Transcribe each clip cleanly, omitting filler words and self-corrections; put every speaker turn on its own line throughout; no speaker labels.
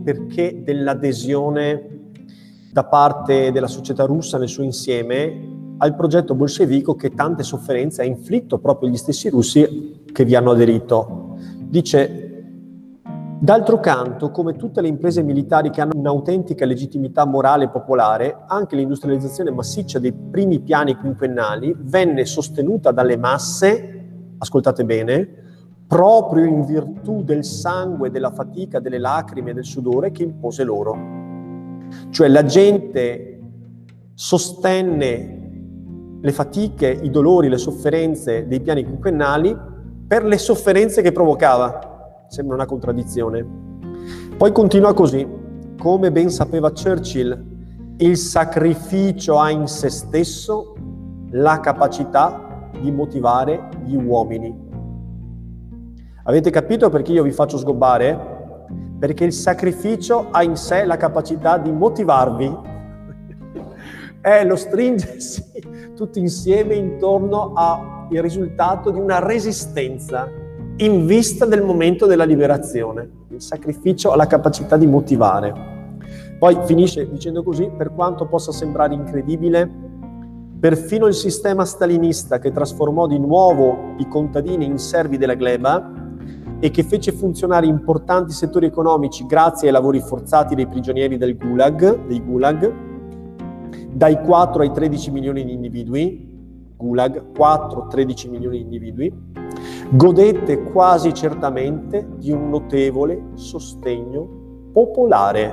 perché dell'adesione da parte della società russa nel suo insieme al progetto bolscevico che tante sofferenze ha inflitto proprio gli stessi russi che vi hanno aderito. Dice: d'altro canto, come tutte le imprese militari che hanno un'autentica legittimità morale e popolare, anche l'industrializzazione massiccia dei primi piani quinquennali venne sostenuta dalle masse, ascoltate bene, proprio in virtù del sangue, della fatica, delle lacrime e del sudore che impose loro. Cioè la gente sostenne le fatiche, i dolori, le sofferenze dei piani quinquennali per le sofferenze che provocava. Sembra una contraddizione. Poi continua così: come ben sapeva Churchill, il sacrificio ha in se stesso la capacità di motivare gli uomini. Avete capito perché io vi faccio sgobbare? Perché il sacrificio ha in sé la capacità di motivarvi. È lo stringersi tutti insieme intorno al risultato di una resistenza in vista del momento della liberazione. Il sacrificio ha la capacità di motivare. Poi finisce dicendo così: per quanto possa sembrare incredibile, perfino il sistema stalinista che trasformò di nuovo i contadini in servi della gleba e che fece funzionare importanti settori economici grazie ai lavori forzati dei prigionieri dei gulag, dai 4 ai 13 milioni di individui, gulag, 4-13 milioni di individui, godette quasi certamente di un notevole sostegno popolare.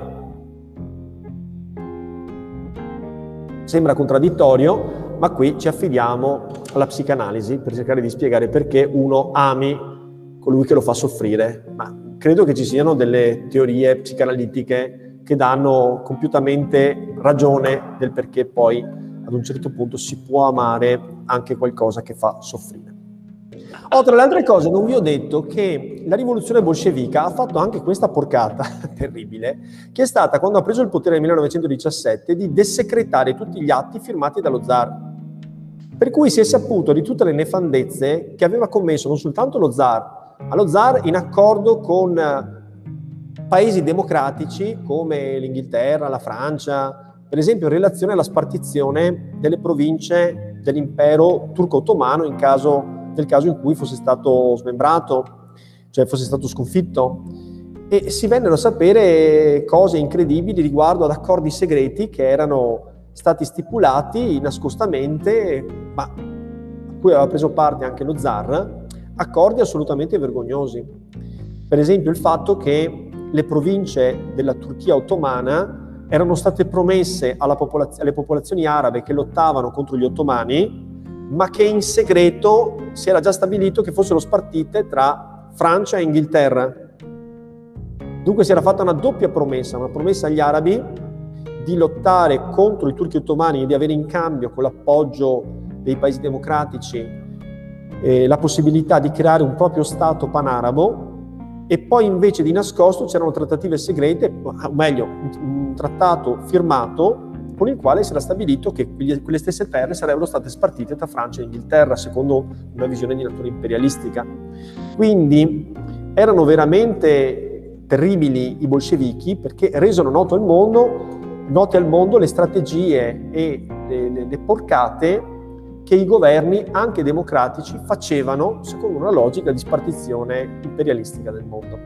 Sembra contraddittorio, ma qui ci affidiamo alla psicanalisi per cercare di spiegare perché uno ami colui che lo fa soffrire. Ma credo che ci siano delle teorie psicanalitiche che danno compiutamente ragione del perché poi ad un certo punto si può amare anche qualcosa che fa soffrire. Tra le altre cose non vi ho detto che la rivoluzione bolscevica ha fatto anche questa porcata terribile, che è stata, quando ha preso il potere nel 1917, di dessecretare tutti gli atti firmati dallo zar. Per cui si è saputo di tutte le nefandezze che aveva commesso non soltanto lo zar, ma lo zar in accordo con paesi democratici come l'Inghilterra, la Francia, per esempio in relazione alla spartizione delle province dell'impero turco-ottomano nel caso in cui fosse stato smembrato, cioè fosse stato sconfitto. E si vennero a sapere cose incredibili riguardo ad accordi segreti che erano stati stipulati nascostamente, ma a cui aveva preso parte anche lo zar, accordi assolutamente vergognosi. Per esempio il fatto che le province della Turchia ottomana erano state promesse alle popolazioni arabe che lottavano contro gli ottomani, ma che in segreto si era già stabilito che fossero spartite tra Francia e Inghilterra. Dunque si era fatta una doppia promessa, una promessa agli arabi di lottare contro i turchi ottomani e di avere in cambio, con l'appoggio dei paesi democratici, la possibilità di creare un proprio Stato panarabo, e poi invece di nascosto c'erano trattative segrete, o meglio, un trattato firmato con il quale si era stabilito che quelle stesse terre sarebbero state spartite tra Francia e Inghilterra, secondo una visione di natura imperialistica. Quindi erano veramente terribili i bolscevichi, perché resero note al mondo le strategie e le porcate che i governi, anche democratici, facevano secondo una logica di spartizione imperialistica del mondo.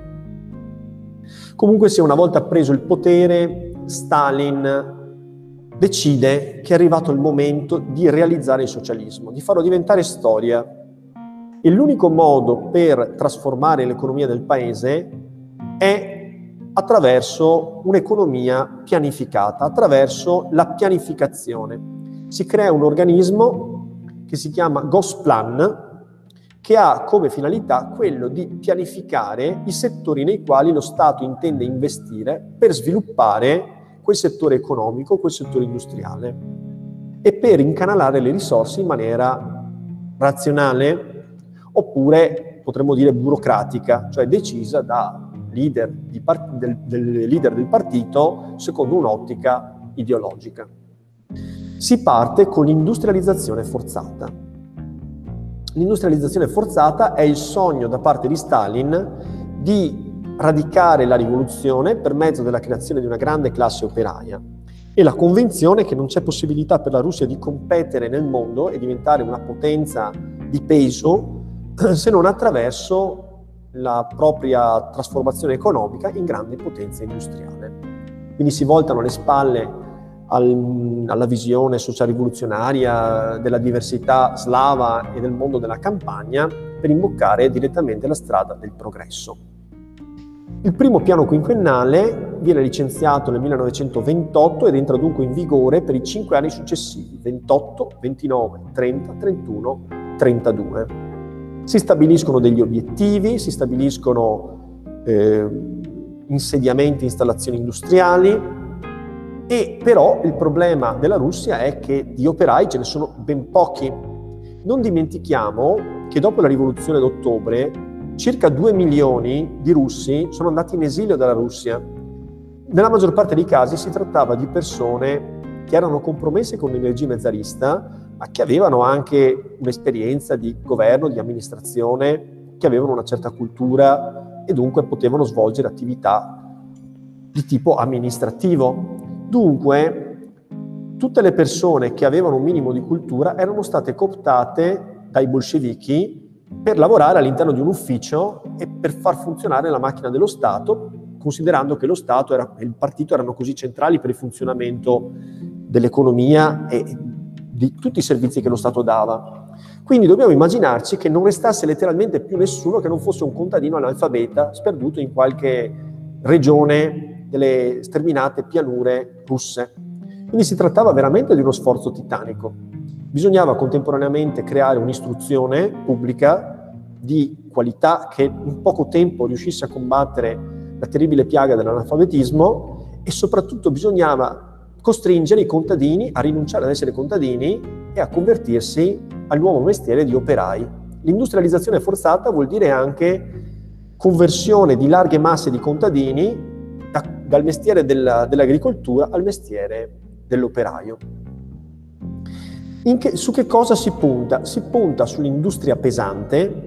Comunque sia, una volta preso il potere, Stalin decide che è arrivato il momento di realizzare il socialismo, di farlo diventare storia. E l'unico modo per trasformare l'economia del paese è attraverso un'economia pianificata, attraverso la pianificazione. Si crea un organismo che si chiama Gosplan, che ha come finalità quello di pianificare i settori nei quali lo Stato intende investire per sviluppare quel settore economico, quel settore industriale, e per incanalare le risorse in maniera razionale, oppure potremmo dire burocratica, cioè decisa da leader del partito secondo un'ottica ideologica. Si parte con l'industrializzazione forzata. L'industrializzazione forzata è il sogno da parte di Stalin di radicare la rivoluzione per mezzo della creazione di una grande classe operaia e la convinzione che non c'è possibilità per la Russia di competere nel mondo e diventare una potenza di peso se non attraverso la propria trasformazione economica in grande potenza industriale. Quindi si voltano le spalle alla visione social-rivoluzionaria della diversità slava e del mondo della campagna per imboccare direttamente la strada del progresso. Il primo piano quinquennale viene licenziato nel 1928 ed entra dunque in vigore per i 5 anni successivi, 28, 29, 30, 31, 32. Si stabiliscono degli obiettivi, si stabiliscono insediamenti, installazioni industriali, e però il problema della Russia è che di operai ce ne sono ben pochi. Non dimentichiamo che dopo la rivoluzione d'ottobre circa 2 milioni di russi sono andati in esilio dalla Russia. Nella maggior parte dei casi si trattava di persone che erano compromesse con il regime zarista, ma che avevano anche un'esperienza di governo, di amministrazione, che avevano una certa cultura e dunque potevano svolgere attività di tipo amministrativo. Dunque, tutte le persone che avevano un minimo di cultura erano state cooptate dai bolscevichi per lavorare all'interno di un ufficio e per far funzionare la macchina dello Stato, considerando che lo Stato e il partito erano così centrali per il funzionamento dell'economia e di tutti i servizi che lo Stato dava. Quindi dobbiamo immaginarci che non restasse letteralmente più nessuno che non fosse un contadino analfabeta sperduto in qualche regione delle sterminate pianure russe. Quindi si trattava veramente di uno sforzo titanico. Bisognava contemporaneamente creare un'istruzione pubblica di qualità che in poco tempo riuscisse a combattere la terribile piaga dell'analfabetismo e soprattutto bisognava costringere i contadini a rinunciare ad essere contadini e a convertirsi al nuovo mestiere di operai. L'industrializzazione forzata vuol dire anche conversione di larghe masse di contadini dal mestiere dell'agricoltura al mestiere dell'operaio. Su che cosa si punta? Si punta sull'industria pesante,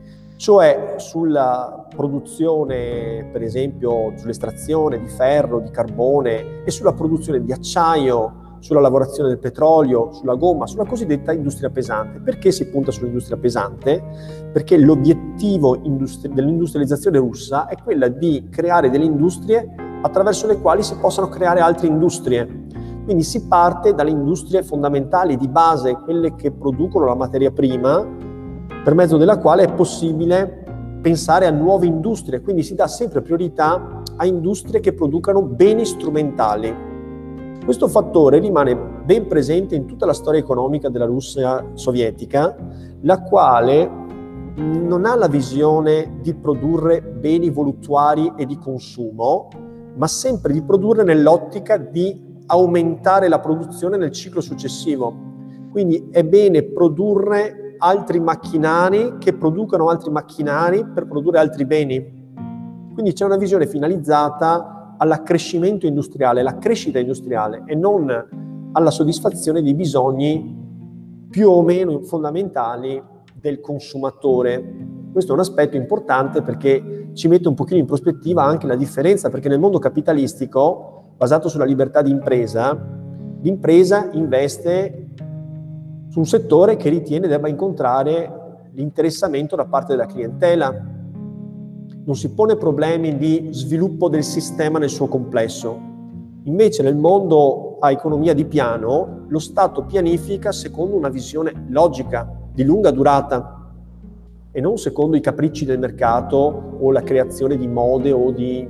cioè sulla produzione, per esempio, sull'estrazione di ferro, di carbone e sulla produzione di acciaio, sulla lavorazione del petrolio, sulla gomma, sulla cosiddetta industria pesante. Perché si punta sull'industria pesante? Perché l'obiettivo dell'industrializzazione russa è quella di creare delle industrie attraverso le quali si possano creare altre industrie. Quindi si parte dalle industrie fondamentali di base, quelle che producono la materia prima, per mezzo della quale è possibile pensare a nuove industrie. Quindi si dà sempre priorità a industrie che producano beni strumentali. Questo fattore rimane ben presente in tutta la storia economica della Russia sovietica, la quale non ha la visione di produrre beni voluttuari e di consumo, ma sempre di produrre nell'ottica di aumentare la produzione nel ciclo successivo. Quindi è bene produrre altri macchinari che producano altri macchinari per produrre altri beni. Quindi c'è una visione finalizzata all'accrescimento industriale, alla crescita industriale e non alla soddisfazione dei bisogni più o meno fondamentali del consumatore. Questo è un aspetto importante perché ci mette un pochino in prospettiva anche la differenza, perché nel mondo capitalistico basato sulla libertà di impresa, l'impresa investe su un settore che ritiene debba incontrare l'interessamento da parte della clientela. Non si pone problemi di sviluppo del sistema nel suo complesso. Invece nel mondo a economia di piano, lo Stato pianifica secondo una visione logica, di lunga durata, e non secondo i capricci del mercato o la creazione di mode o di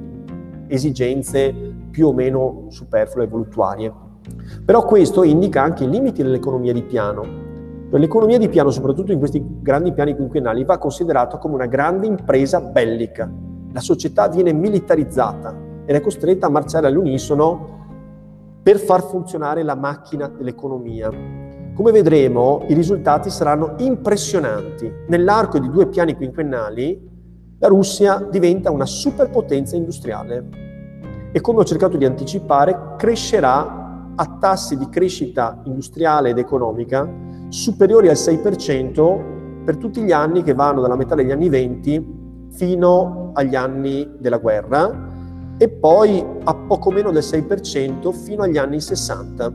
esigenze più o meno superflue e voluttuarie. Però questo indica anche i limiti dell'economia di piano. L'economia di piano, soprattutto in questi grandi piani quinquennali, va considerata come una grande impresa bellica. La società viene militarizzata ed è costretta a marciare all'unisono per far funzionare la macchina dell'economia. Come vedremo, i risultati saranno impressionanti. Nell'arco di 2 piani quinquennali, la Russia diventa una superpotenza industriale. E come ho cercato di anticipare, crescerà a tassi di crescita industriale ed economica superiori al 6% per tutti gli anni che vanno dalla metà degli anni 20 fino agli anni della guerra e poi a poco meno del 6% fino agli anni 60.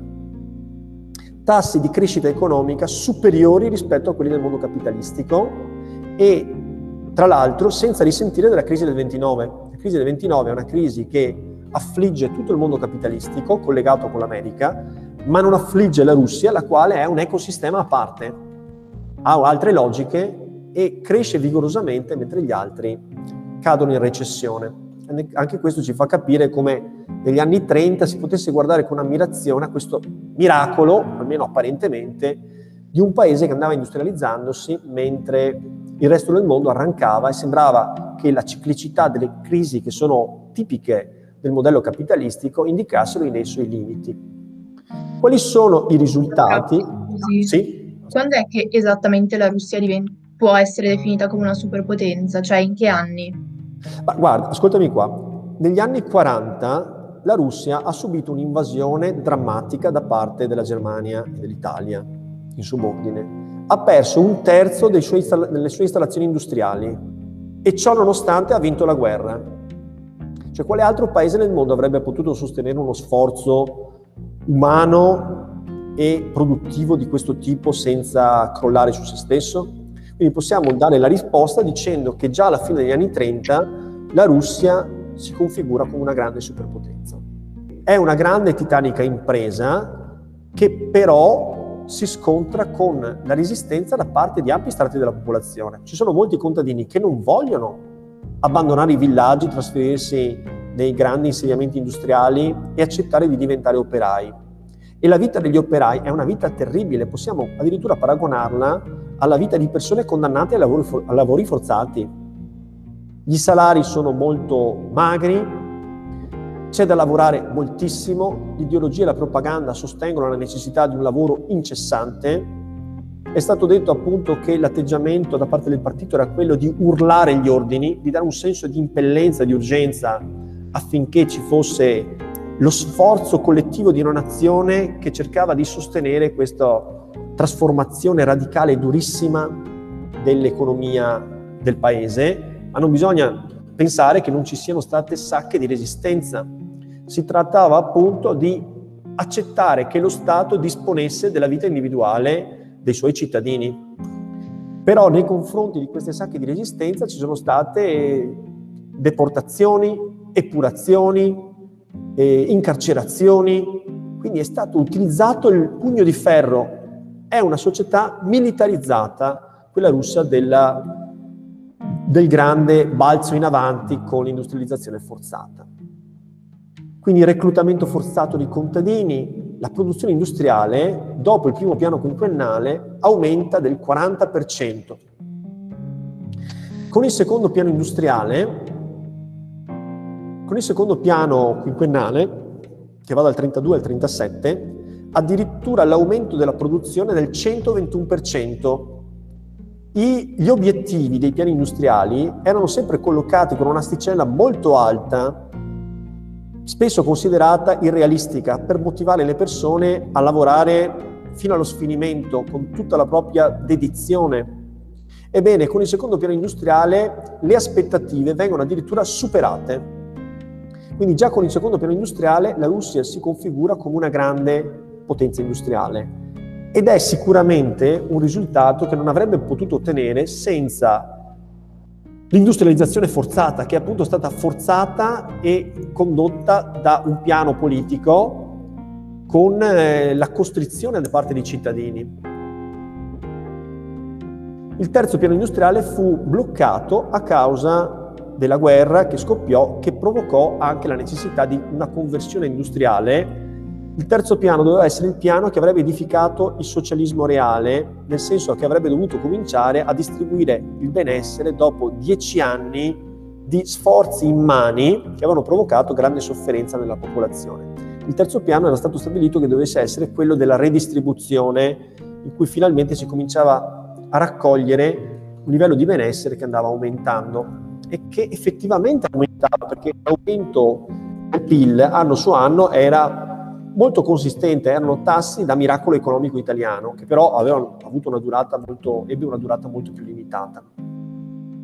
Tassi di crescita economica superiori rispetto a quelli del mondo capitalistico e tra l'altro senza risentire della crisi del 29. La crisi del 29 è una crisi che affligge tutto il mondo capitalistico collegato con l'America, ma non affligge la Russia, la quale è un ecosistema a parte, ha altre logiche e cresce vigorosamente mentre gli altri cadono in recessione. Anche questo ci fa capire come negli anni 30 si potesse guardare con ammirazione a questo miracolo, almeno apparentemente, di un paese che andava industrializzandosi mentre il resto del mondo arrancava e sembrava che la ciclicità delle crisi che sono tipiche del modello capitalistico indicassero i suoi limiti. Quali sono i risultati?
Scusi,
sì?
Quando è che esattamente la Russia può essere definita come una superpotenza? Cioè in che anni?
Ma guarda, ascoltami qua. Negli anni 40 la Russia ha subito un'invasione drammatica da parte della Germania e dell'Italia in subordine. Ha perso un terzo delle sue installazioni industriali e ciò nonostante ha vinto la guerra. Cioè, quale altro paese nel mondo avrebbe potuto sostenere uno sforzo umano e produttivo di questo tipo senza crollare su se stesso? Quindi possiamo dare la risposta dicendo che già alla fine degli anni 30 la Russia si configura come una grande superpotenza. È una grande titanica impresa che però si scontra con la resistenza da parte di ampi strati della popolazione. Ci sono molti contadini che non vogliono abbandonare i villaggi, trasferirsi nei grandi insediamenti industriali e accettare di diventare operai. E la vita degli operai è una vita terribile, possiamo addirittura paragonarla alla vita di persone condannate a lavori forzati. Gli salari sono molto magri, c'è da lavorare moltissimo, l'ideologia e la propaganda sostengono la necessità di un lavoro incessante. È stato detto appunto che l'atteggiamento da parte del partito era quello di urlare gli ordini, di dare un senso di impellenza, di urgenza, affinché ci fosse lo sforzo collettivo di una nazione che cercava di sostenere questa trasformazione radicale e durissima dell'economia del paese, ma non bisogna pensare che non ci siano state sacche di resistenza. Si trattava appunto di accettare che lo Stato disponesse della vita individuale dei suoi cittadini. Però nei confronti di queste sacche di resistenza ci sono state deportazioni, epurazioni, incarcerazioni, quindi è stato utilizzato il pugno di ferro. È una società militarizzata, quella russa del grande balzo in avanti con l'industrializzazione forzata. Quindi il reclutamento forzato di contadini, la produzione industriale, dopo il primo piano quinquennale, aumenta del 40%. Con il secondo piano quinquennale, che va dal 32 al 37, addirittura l'aumento della produzione del 121%. Gli obiettivi dei piani industriali erano sempre collocati con un'asticella molto alta, spesso considerata irrealistica, per motivare le persone a lavorare fino allo sfinimento con tutta la propria dedizione. Ebbene, con il secondo piano industriale le aspettative vengono addirittura superate. Quindi già con il secondo piano industriale la Russia si configura come una grande potenza industriale. Ed è sicuramente un risultato che non avrebbe potuto ottenere senza l'industrializzazione forzata, che è appunto stata forzata e condotta da un piano politico con la costrizione da parte dei cittadini. Il terzo piano industriale fu bloccato a causa della guerra che scoppiò, che provocò anche la necessità di una conversione industriale. Il terzo piano doveva essere il piano che avrebbe edificato il socialismo reale, nel senso che avrebbe dovuto cominciare a distribuire il benessere dopo 10 anni di sforzi immani che avevano provocato grande sofferenza nella popolazione. Il terzo piano era stato stabilito che dovesse essere quello della redistribuzione, in cui finalmente si cominciava a raccogliere un livello di benessere che andava aumentando e che effettivamente aumentava, perché l'aumento del PIL anno su anno era molto consistente, erano tassi da miracolo economico italiano, che però avevano avuto ebbe una durata molto più limitata.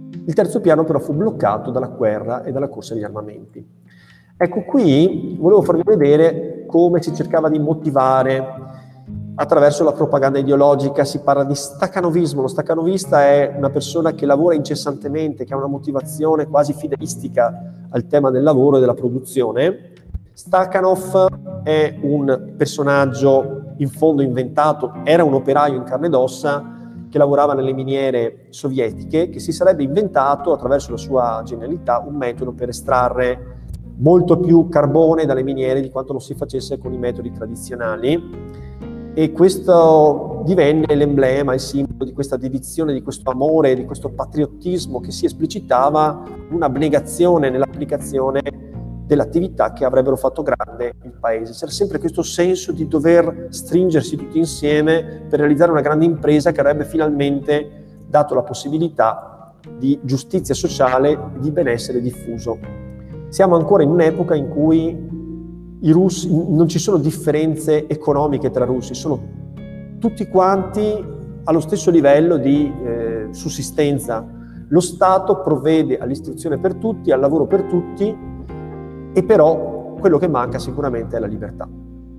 Il terzo piano però fu bloccato dalla guerra e dalla corsa agli armamenti. Ecco, qui volevo farvi vedere come si cercava di motivare attraverso la propaganda ideologica. Si parla di staccanovismo. Lo staccanovista è una persona che lavora incessantemente, che ha una motivazione quasi fideistica al tema del lavoro e della produzione. Stakhanov è un personaggio in fondo inventato, era un operaio in carne ed ossa che lavorava nelle miniere sovietiche, che si sarebbe inventato attraverso la sua genialità un metodo per estrarre molto più carbone dalle miniere di quanto non si facesse con i metodi tradizionali, e questo divenne l'emblema, il simbolo di questa dedizione, di questo amore, di questo patriottismo che si esplicitava un'abnegazione nell'applicazione dell'attività che avrebbero fatto grande il paese. C'era sempre questo senso di dover stringersi tutti insieme per realizzare una grande impresa che avrebbe finalmente dato la possibilità di giustizia sociale e di benessere diffuso. Siamo ancora in un'epoca in cui i russi, non ci sono differenze economiche tra russi, sono tutti quanti allo stesso livello di sussistenza. Lo Stato provvede all'istruzione per tutti, al lavoro per tutti, e però quello che manca sicuramente è la libertà.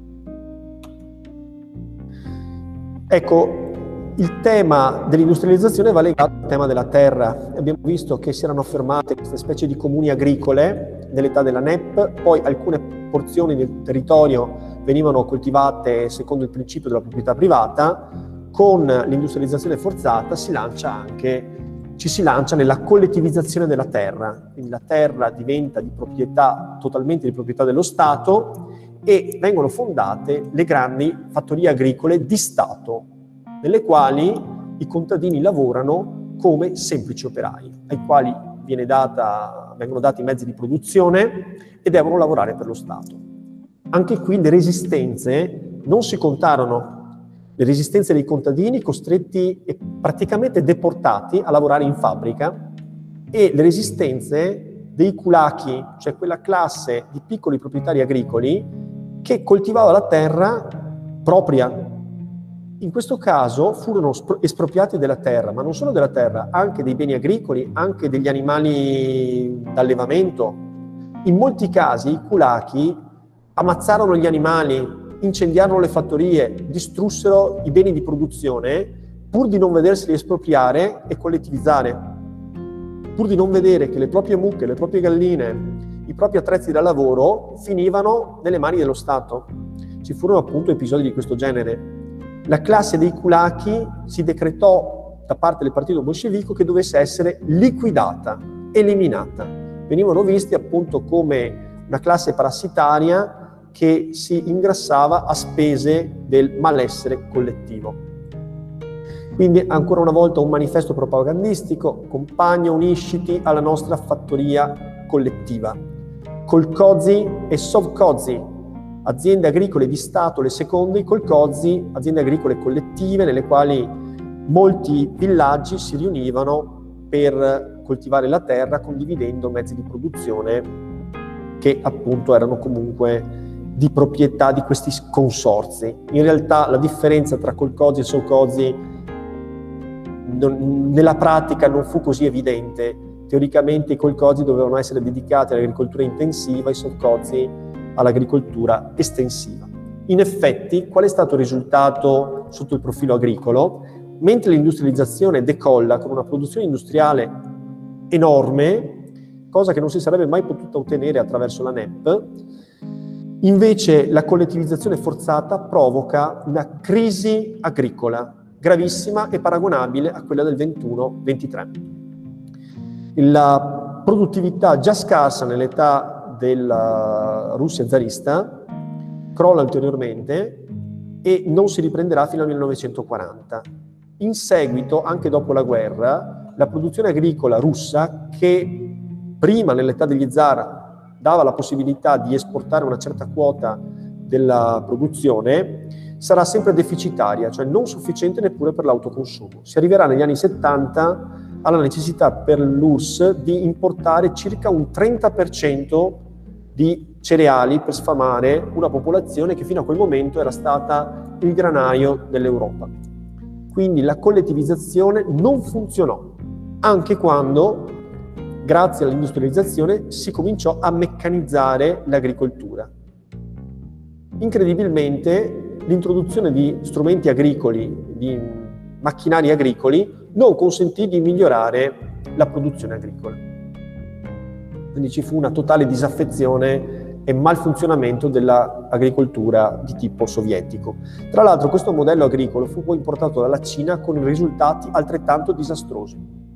Ecco, il tema dell'industrializzazione va legato al tema della terra. Abbiamo visto che si erano affermate queste specie di comuni agricole nell'età della NEP, poi alcune porzioni del territorio venivano coltivate secondo il principio della proprietà privata. Con l'industrializzazione forzata ci si lancia nella collettivizzazione della terra, quindi la terra diventa di proprietà, totalmente di proprietà dello Stato, e vengono fondate le grandi fattorie agricole di Stato, nelle quali i contadini lavorano come semplici operai, ai quali vengono dati i mezzi di produzione e devono lavorare per lo Stato. Anche qui le resistenze non si contarono. Le resistenze dei contadini costretti e praticamente deportati a lavorare in fabbrica, e le resistenze dei kulaki, cioè quella classe di piccoli proprietari agricoli che coltivava la terra propria. In questo caso furono espropriati della terra, ma non solo della terra, anche dei beni agricoli, anche degli animali d'allevamento. In molti casi i kulaki ammazzarono gli animali, incendiarono le fattorie, distrussero i beni di produzione pur di non vederseli espropriare e collettivizzare, pur di non vedere che le proprie mucche, le proprie galline, i propri attrezzi da lavoro finivano nelle mani dello Stato. Ci furono appunto episodi di questo genere. La classe dei kulaki si decretò da parte del partito bolscevico che dovesse essere liquidata, eliminata. Venivano visti appunto come una classe parassitaria che si ingrassava a spese del malessere collettivo. Quindi ancora una volta un manifesto propagandistico: compagno, unisciti alla nostra fattoria collettiva. Kolkhozy e sovkhozy, aziende agricole di Stato, le seconde, kolkhozy, aziende agricole collettive nelle quali molti villaggi si riunivano per coltivare la terra condividendo mezzi di produzione che appunto erano comunque di proprietà di questi consorzi. In realtà la differenza tra kolkhozy e sovkhozy nella pratica non fu così evidente. Teoricamente i kolkhozy dovevano essere dedicati all'agricoltura intensiva, i sovkhozy all'agricoltura estensiva. In effetti, qual è stato il risultato sotto il profilo agricolo? Mentre l'industrializzazione decolla con una produzione industriale enorme, cosa che non si sarebbe mai potuta ottenere attraverso la NEP, invece la collettivizzazione forzata provoca una crisi agricola gravissima e paragonabile a quella del 21-23. La produttività già scarsa nell'età della Russia zarista crolla ulteriormente e non si riprenderà fino al 1940. In seguito, anche dopo la guerra, la produzione agricola russa, che prima nell'età degli zar dava la possibilità di esportare una certa quota della produzione, sarà sempre deficitaria, cioè non sufficiente neppure per l'autoconsumo. Si arriverà negli anni 70 alla necessità per l'URSS di importare circa un 30% di cereali per sfamare una popolazione che fino a quel momento era stata il granaio dell'Europa. Quindi la collettivizzazione non funzionò. anche quando, grazie all'industrializzazione, si cominciò a meccanizzare l'agricoltura. Incredibilmente, l'introduzione di strumenti agricoli, di macchinari agricoli, non consentì di migliorare la produzione agricola. Quindi ci fu una totale disaffezione e malfunzionamento dell'agricoltura di tipo sovietico. Tra l'altro questo modello agricolo fu poi importato dalla Cina con risultati altrettanto disastrosi.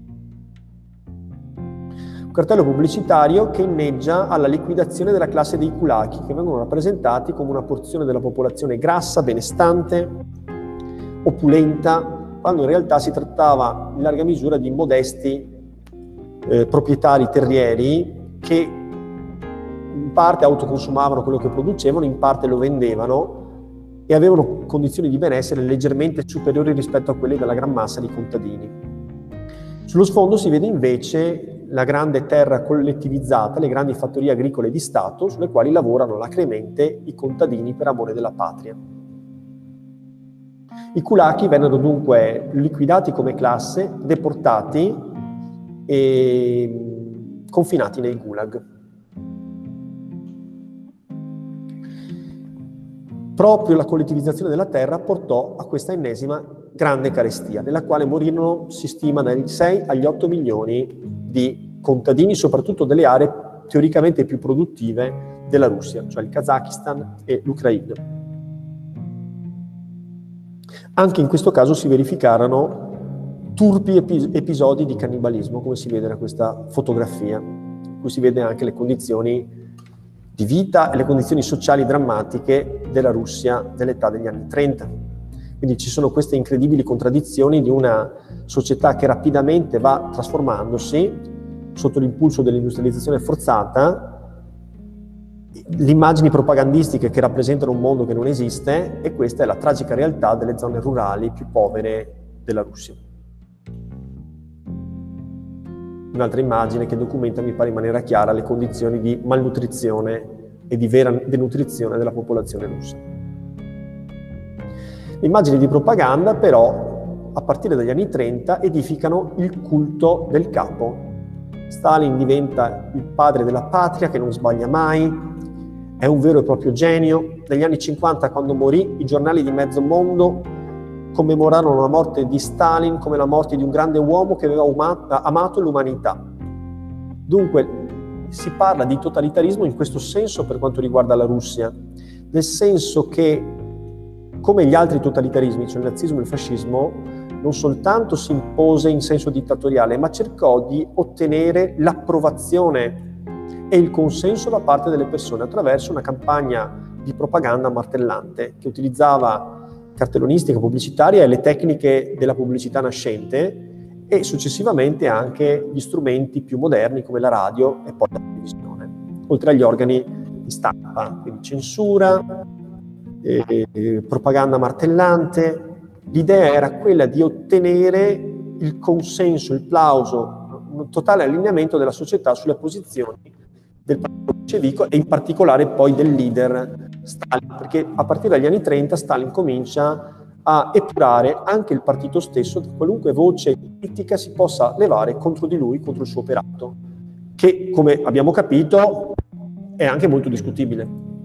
Un cartello pubblicitario che inneggia alla liquidazione della classe dei kulaki, che vengono rappresentati come una porzione della popolazione grassa, benestante, opulenta, quando in realtà si trattava in larga misura di modesti proprietari terrieri che in parte autoconsumavano quello che producevano, in parte lo vendevano e avevano condizioni di benessere leggermente superiori rispetto a quelle della gran massa di contadini. Sullo sfondo si vede invece la grande terra collettivizzata, le grandi fattorie agricole di Stato, sulle quali lavorano alacremente i contadini per amore della patria. I kulaki vennero dunque liquidati come classe, deportati e confinati nei gulag. Proprio la collettivizzazione della terra portò a questa ennesima grande carestia, nella quale morirono, si stima, dai 6 agli 8 milioni di contadini, soprattutto delle aree teoricamente più produttive della Russia, cioè il Kazakistan e l'Ucraina. Anche in questo caso si verificarono turpi episodi di cannibalismo, come si vede da questa fotografia, in cui si vede anche le condizioni di vita e le condizioni sociali drammatiche della Russia dell'età degli anni 30. Quindi ci sono queste incredibili contraddizioni di una società che rapidamente va trasformandosi sotto l'impulso dell'industrializzazione forzata, le immagini propagandistiche che rappresentano un mondo che non esiste, e questa è la tragica realtà delle zone rurali più povere della Russia. Un'altra immagine che documenta, mi pare in maniera chiara, le condizioni di malnutrizione e di vera denutrizione della popolazione russa. Le immagini di propaganda, però, a partire dagli anni 30, edificano il culto del capo. Stalin diventa il padre della patria che non sbaglia mai, è un vero e proprio genio. Negli anni 50, quando morì, i giornali di mezzo mondo commemorarono la morte di Stalin come la morte di un grande uomo che aveva amato l'umanità. Dunque si parla di totalitarismo in questo senso per quanto riguarda la Russia, nel senso che, come gli altri totalitarismi, cioè il nazismo e il fascismo, non soltanto si impose in senso dittatoriale, ma cercò di ottenere l'approvazione e il consenso da parte delle persone attraverso una campagna di propaganda martellante che utilizzava cartellonistica pubblicitaria e le tecniche della pubblicità nascente e successivamente anche gli strumenti più moderni come la radio e poi la televisione, oltre agli organi di stampa, quindi censura, propaganda martellante. L'idea era quella di ottenere il consenso, il plauso, un totale allineamento della società sulle posizioni del partito bolscevico e in particolare poi del leader Stalin, perché a partire dagli anni 30 Stalin comincia a epurare anche il partito stesso da qualunque voce critica si possa levare contro di lui, contro il suo operato, che, come abbiamo capito, è anche molto discutibile.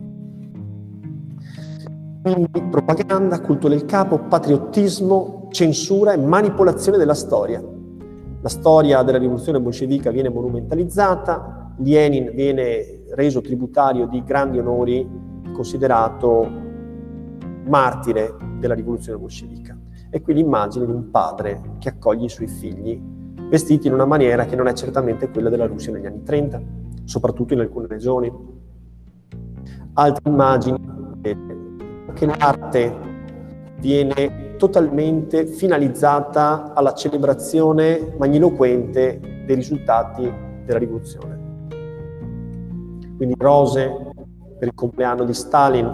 Quindi propaganda, culto del capo, patriottismo, censura e manipolazione della storia. La storia della rivoluzione bolscevica viene monumentalizzata, Lenin viene reso tributario di grandi onori, considerato martire della rivoluzione bolscevica. E qui l'immagine di un padre che accoglie i suoi figli, vestiti in una maniera che non è certamente quella della Russia negli anni 30, soprattutto in alcune regioni. Altre immagini, che l'arte viene totalmente finalizzata alla celebrazione magniloquente dei risultati della rivoluzione. Quindi rose per il compleanno di Stalin,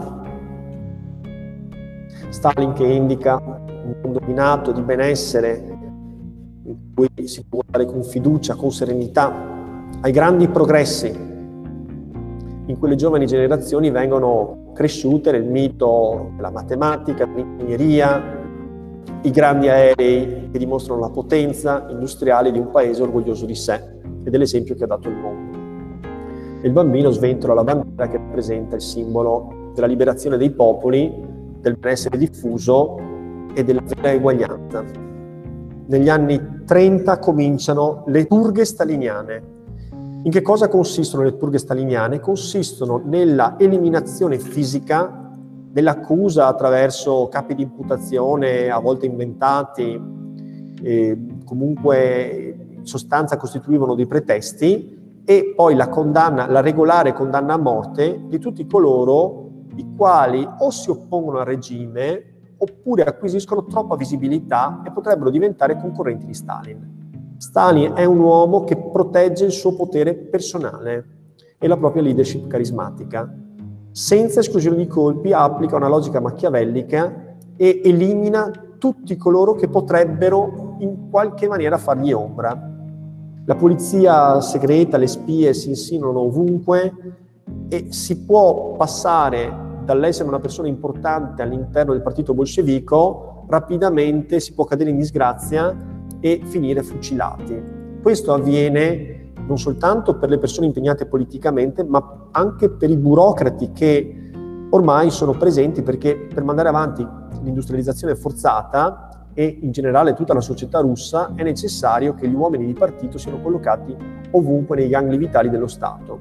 Stalin che indica un mondo dominato di benessere in cui si può guardare con fiducia, con serenità ai grandi progressi in cui le giovani generazioni vengono cresciute nel mito della matematica, dell'ingegneria, i grandi aerei che dimostrano la potenza industriale di un paese orgoglioso di sé e dell'esempio che ha dato il mondo. E il bambino sventola la bandiera che rappresenta il simbolo della liberazione dei popoli, del benessere diffuso e della vera eguaglianza. Negli anni 30 cominciano le purghe staliniane. In che cosa consistono le purghe staliniane? Consistono nella eliminazione fisica dell'accusa attraverso capi di imputazione a volte inventati, comunque in sostanza costituivano dei pretesti, e poi la condanna, la regolare condanna a morte di tutti coloro i quali o si oppongono al regime oppure acquisiscono troppa visibilità e potrebbero diventare concorrenti di Stalin. Stalin è un uomo che protegge il suo potere personale e la propria leadership carismatica. Senza esclusione di colpi applica una logica machiavellica e elimina tutti coloro che potrebbero in qualche maniera fargli ombra. La polizia segreta, le spie si insinuano ovunque e si può passare dall'essere una persona importante all'interno del partito bolscevico, rapidamente si può cadere in disgrazia e finire fucilati. Questo avviene non soltanto per le persone impegnate politicamente, ma anche per i burocrati che ormai sono presenti, perché per mandare avanti l'industrializzazione forzata e in generale tutta la società russa è necessario che gli uomini di partito siano collocati ovunque nei gangli vitali dello Stato.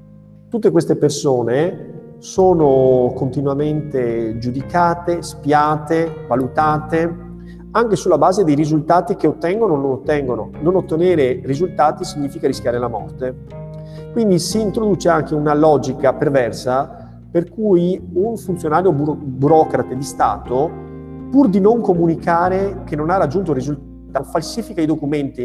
Tutte queste persone sono continuamente giudicate, spiate, valutate, anche sulla base dei risultati che ottengono o non ottengono. Non ottenere risultati significa rischiare la morte. Quindi si introduce anche una logica perversa per cui un funzionario burocrate di Stato, pur di non comunicare che non ha raggiunto il risultato, falsifica i documenti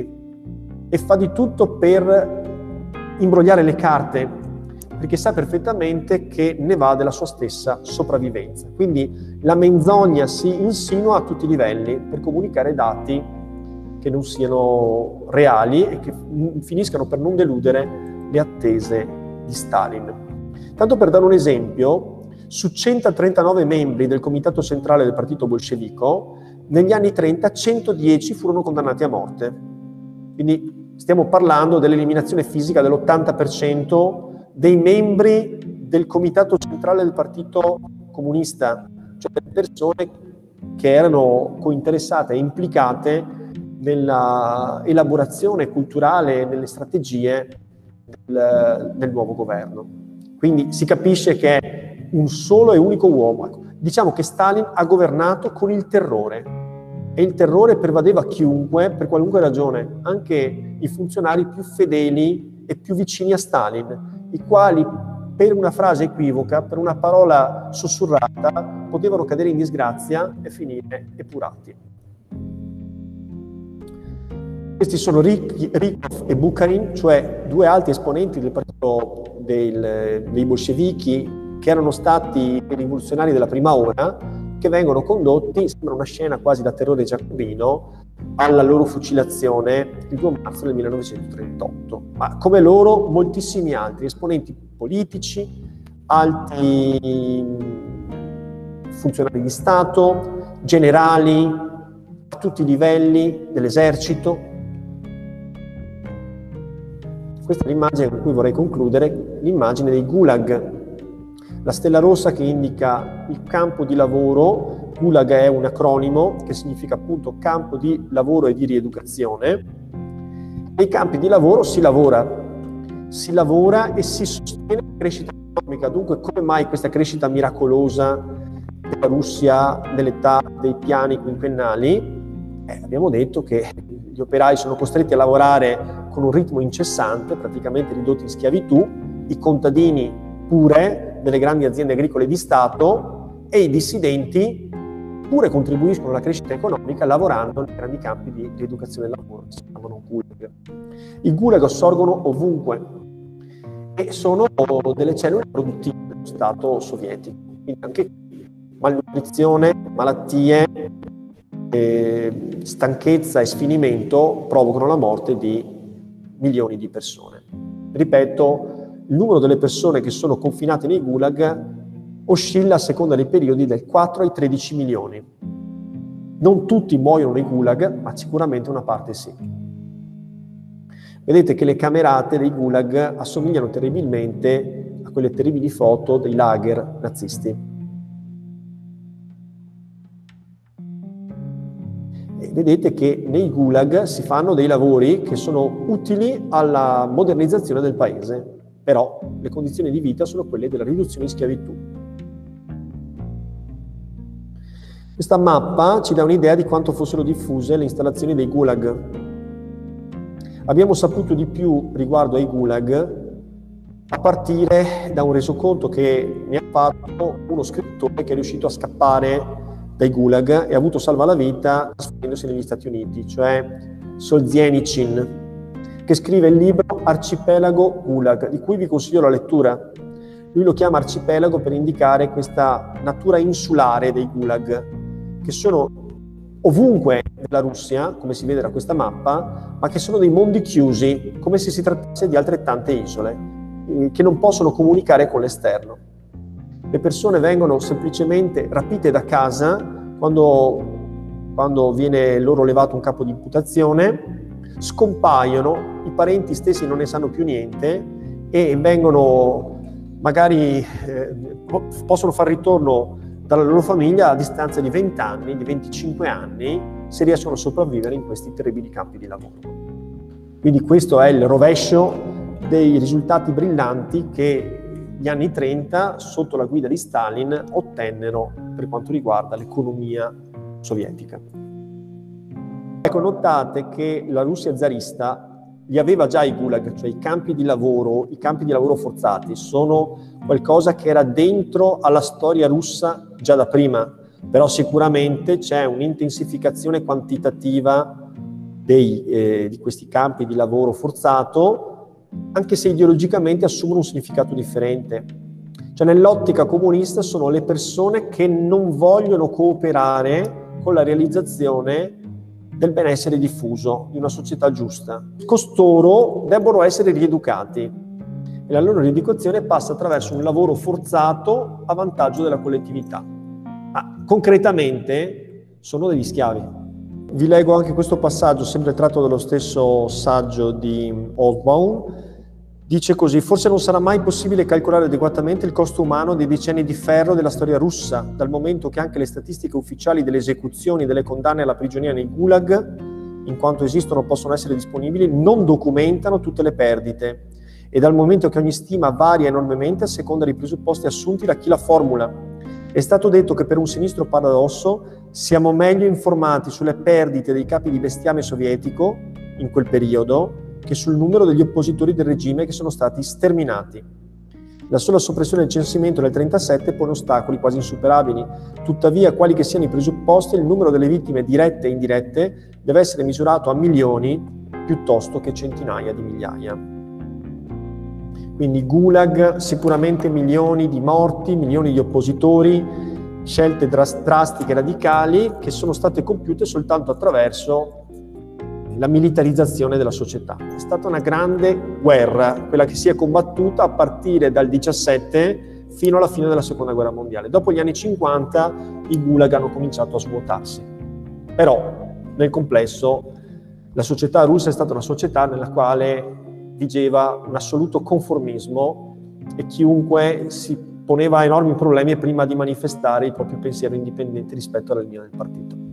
e fa di tutto per imbrogliare le carte, perché sa perfettamente che ne va della sua stessa sopravvivenza. Quindi la menzogna si insinua a tutti i livelli per comunicare dati che non siano reali e che finiscano per non deludere le attese di Stalin. Tanto per dare un esempio, su 139 membri del comitato centrale del partito bolscevico, negli anni 30 110 furono condannati a morte. Quindi stiamo parlando dell'eliminazione fisica dell'80% dei membri del comitato centrale del partito comunista, cioè delle persone che erano cointeressate e implicate nella elaborazione culturale e nelle strategie del nuovo governo. Quindi si capisce che è un solo e unico uomo. Diciamo che Stalin ha governato con il terrore e il terrore pervadeva chiunque, per qualunque ragione, anche i funzionari più fedeli e più vicini a Stalin, i quali per una frase equivoca, per una parola sussurrata, potevano cadere in disgrazia e finire epurati. Questi sono Rykov e Bukharin, cioè due alti esponenti del partito dei bolscevichi, che erano stati i rivoluzionari della prima ora, che vengono condotti, sembra una scena quasi da terrore giacobino, alla loro fucilazione il 2 marzo del 1938. Ma come loro, moltissimi altri esponenti politici, alti funzionari di Stato, generali, a tutti i livelli dell'esercito. Questa è l'immagine con cui vorrei concludere, l'immagine dei gulag. La stella rossa che indica il campo di lavoro, gulag è un acronimo che significa appunto campo di lavoro e di rieducazione. Nei campi di lavoro si lavora e si sostiene la crescita economica. Dunque, come mai questa crescita miracolosa della Russia nell'età dei piani quinquennali? Abbiamo detto che gli operai sono costretti a lavorare con un ritmo incessante, praticamente ridotti in schiavitù, i contadini pure delle grandi aziende agricole di Stato e i dissidenti pure contribuiscono alla crescita economica lavorando nei grandi campi di rieducazione del lavoro, che si chiamano gulag. I gulag sorgono ovunque e sono delle cellule produttive dello Stato sovietico. Quindi anche malnutrizione, malattie, stanchezza e sfinimento provocano la morte di milioni di persone. Ripeto, il numero delle persone che sono confinate nei gulag oscilla a seconda dei periodi dal 4 ai 13 milioni. Non tutti muoiono nei gulag, ma sicuramente una parte sì. Vedete che le camerate dei gulag assomigliano terribilmente a quelle terribili foto dei lager nazisti. E vedete che nei gulag si fanno dei lavori che sono utili alla modernizzazione del paese, però le condizioni di vita sono quelle della riduzione in schiavitù. Questa mappa ci dà un'idea di quanto fossero diffuse le installazioni dei gulag. Abbiamo saputo di più riguardo ai gulag a partire da un resoconto che mi ha fatto uno scrittore che è riuscito a scappare dai gulag e ha avuto salva la vita trasferendosi negli Stati Uniti, cioè Solzhenitsyn, che scrive il libro Arcipelago Gulag, di cui vi consiglio la lettura. Lui lo chiama arcipelago per indicare questa natura insulare dei gulag, che sono ovunque nella Russia, come si vede da questa mappa, ma che sono dei mondi chiusi, come se si trattasse di altrettante isole, che non possono comunicare con l'esterno. Le persone vengono semplicemente rapite da casa quando viene loro levato un capo di imputazione, scompaiono, i parenti stessi non ne sanno più niente e vengono magari possono far ritorno dalla loro famiglia a distanza di 20 anni, di 25 anni, se riescono a sopravvivere in questi terribili campi di lavoro. Quindi questo è il rovescio dei risultati brillanti che gli anni 30, sotto la guida di Stalin, ottennero per quanto riguarda l'economia sovietica. Ecco, notate che la Russia zarista li aveva già i gulag, cioè i campi di lavoro forzati, sono qualcosa che era dentro alla storia russa già da prima, però sicuramente c'è un'intensificazione quantitativa di questi campi di lavoro forzato, anche se ideologicamente assumono un significato differente. Cioè nell'ottica comunista sono le persone che non vogliono cooperare con la realizzazione del benessere diffuso, di una società giusta. Costoro debbono essere rieducati e la loro rieducazione passa attraverso un lavoro forzato a vantaggio della collettività. Ma concretamente sono degli schiavi. Vi leggo anche questo passaggio, sempre tratto dallo stesso saggio di Hobsbawm. Dice così: forse non sarà mai possibile calcolare adeguatamente il costo umano dei decenni di ferro della storia russa, dal momento che anche le statistiche ufficiali delle esecuzioni e delle condanne alla prigionia nei gulag, in quanto esistono o possono essere disponibili, non documentano tutte le perdite, e dal momento che ogni stima varia enormemente a seconda dei presupposti assunti da chi la formula. È stato detto che per un sinistro paradosso siamo meglio informati sulle perdite dei capi di bestiame sovietico in quel periodo che sul numero degli oppositori del regime che sono stati sterminati. La sola soppressione del censimento del 1937 pone ostacoli quasi insuperabili. Tuttavia, quali che siano i presupposti, il numero delle vittime dirette e indirette deve essere misurato a milioni piuttosto che centinaia di migliaia. Quindi gulag, sicuramente milioni di morti, milioni di oppositori, scelte drastiche e radicali che sono state compiute soltanto attraverso la militarizzazione della società. È stata una grande guerra, quella che si è combattuta a partire dal 17 fino alla fine della Seconda Guerra Mondiale. Dopo gli anni 50 i gulag hanno cominciato a svuotarsi. Però, nel complesso, la società russa è stata una società nella quale vigeva un assoluto conformismo e chiunque si poneva enormi problemi prima di manifestare il proprio pensiero indipendente rispetto alla linea del partito.